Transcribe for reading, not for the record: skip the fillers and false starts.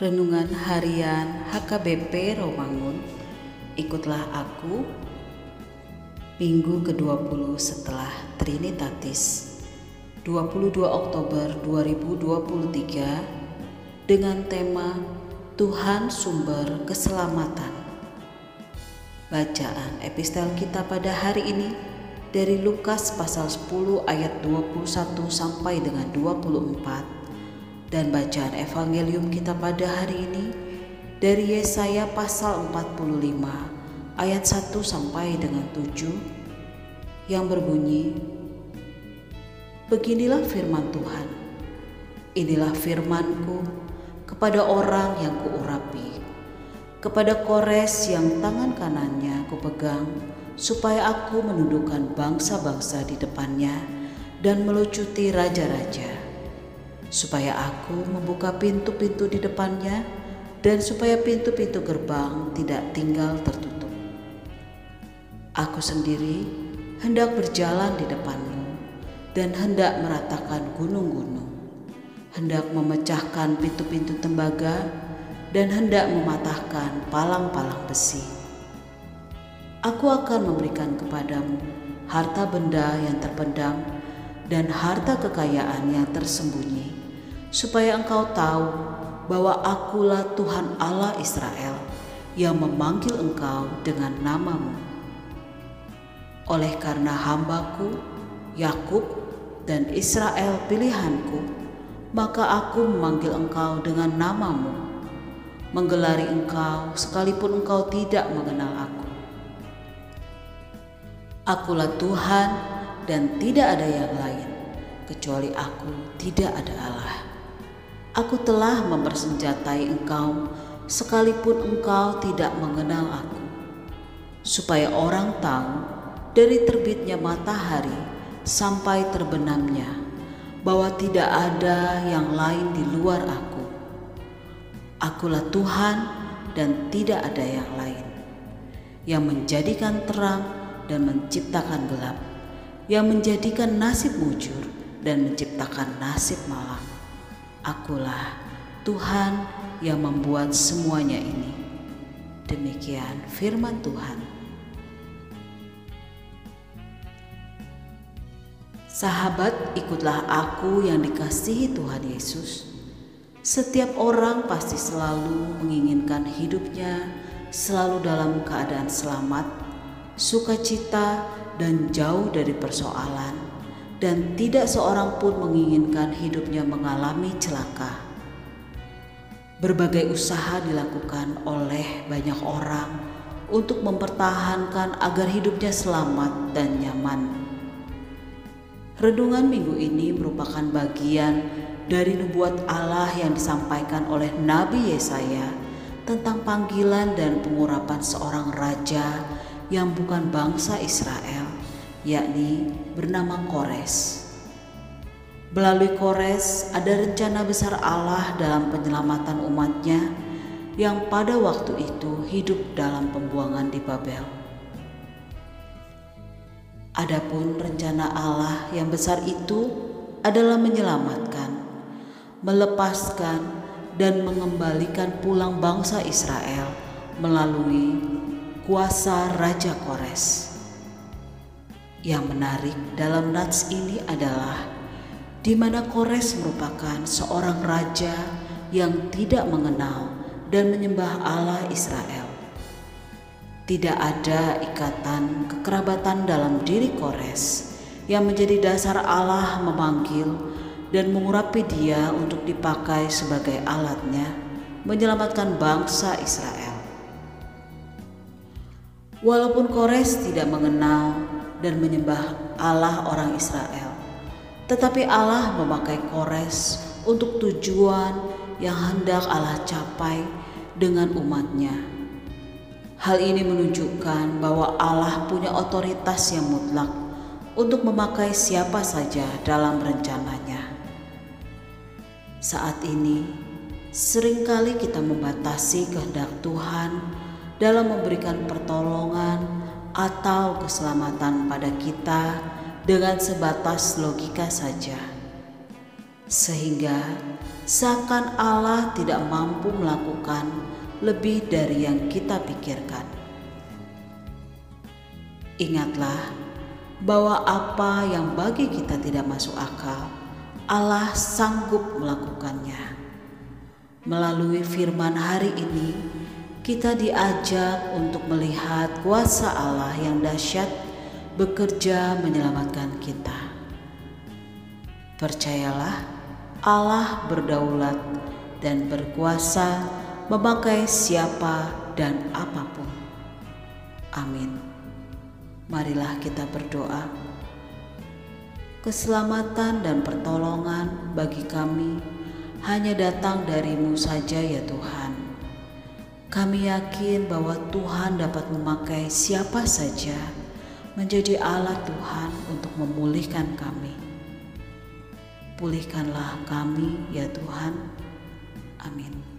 Renungan Harian HKBP Romangun. Ikutlah aku. Minggu ke-20 setelah Trinitatis, 22 Oktober 2023, dengan tema Tuhan Sumber Keselamatan. Bacaan epistel kita pada hari ini dari Lukas pasal 10 ayat 21 sampai dengan 24. Dan bacaan evangelium kita pada hari ini dari Yesaya pasal 45 ayat 1 sampai dengan 7 yang berbunyi, beginilah firman Tuhan, inilah firmanku kepada orang yang kuurapi, kepada Kores yang tangan kanannya kupegang, supaya aku menundukkan bangsa-bangsa di depannya dan melucuti raja-raja, supaya aku membuka pintu-pintu di depannya dan supaya pintu-pintu gerbang tidak tinggal tertutup. Aku sendiri hendak berjalan di depanmu dan hendak meratakan gunung-gunung, hendak memecahkan pintu-pintu tembaga dan hendak mematahkan palang-palang besi. Aku akan memberikan kepadamu harta benda yang terpendam dan harta kekayaan yang tersembunyi, supaya engkau tahu bahwa akulah Tuhan Allah Israel yang memanggil engkau dengan namamu. Oleh karena hambaku, Yakub dan Israel pilihanku, maka aku memanggil engkau dengan namamu, menggelari engkau sekalipun engkau tidak mengenal aku. Akulah Tuhan dan tidak ada yang lain, kecuali aku tidak ada Allah. Aku telah mempersenjatai engkau sekalipun engkau tidak mengenal aku, supaya orang tahu dari terbitnya matahari sampai terbenamnya bahwa tidak ada yang lain di luar aku. Akulah Tuhan dan tidak ada yang lain, yang menjadikan terang dan menciptakan gelap, yang menjadikan nasib mujur dan menciptakan nasib malam. Akulah Tuhan yang membuat semuanya ini. Demikian firman Tuhan. Sahabat, ikutlah aku yang dikasihi Tuhan Yesus. Setiap orang pasti selalu menginginkan hidupnya selalu dalam keadaan selamat, sukacita, dan jauh dari persoalan, dan tidak seorang pun menginginkan hidupnya mengalami celaka. Berbagai usaha dilakukan oleh banyak orang untuk mempertahankan agar hidupnya selamat dan nyaman. Renungan minggu ini merupakan bagian dari nubuat Allah yang disampaikan oleh Nabi Yesaya tentang panggilan dan pengurapan seorang raja yang bukan bangsa Israel, yakni bernama Kores. Melalui Kores ada rencana besar Allah dalam penyelamatan umatnya yang pada waktu itu hidup dalam pembuangan di Babel. Adapun rencana Allah yang besar itu adalah menyelamatkan, melepaskan, dan mengembalikan pulang bangsa Israel melalui kuasa Raja Kores. Yang menarik dalam nats ini adalah di mana Kores merupakan seorang raja yang tidak mengenal dan menyembah Allah Israel. Tidak ada ikatan kekerabatan dalam diri Kores yang menjadi dasar Allah memanggil dan mengurapi dia untuk dipakai sebagai alatnya menyelamatkan bangsa Israel. Walaupun Kores tidak mengenal dan menyembah Allah orang Israel, tetapi Allah memakai Kores untuk tujuan yang hendak Allah capai dengan umatnya. Hal ini menunjukkan bahwa Allah punya otoritas yang mutlak untuk memakai siapa saja dalam rencananya. Saat ini, seringkali kita membatasi kehendak Tuhan dalam memberikan pertolongan atau keselamatan pada kita dengan sebatas logika saja. sehingga seakan Allah tidak mampu melakukan lebih dari yang kita pikirkan. Ingatlah bahwa apa yang bagi kita tidak masuk akal, Allah sanggup melakukannya. Melalui firman hari ini, kita diajak untuk melihat kuasa Allah yang dahsyat bekerja menyelamatkan kita. Percayalah, Allah berdaulat dan berkuasa memakai siapa dan apapun. Amin. Marilah kita berdoa. Keselamatan dan pertolongan bagi kami hanya datang dari-Mu saja ya Tuhan. Kami yakin bahwa Tuhan dapat memakai siapa saja menjadi alat Tuhan untuk memulihkan kami. Pulihkanlah kami ya Tuhan. Amin.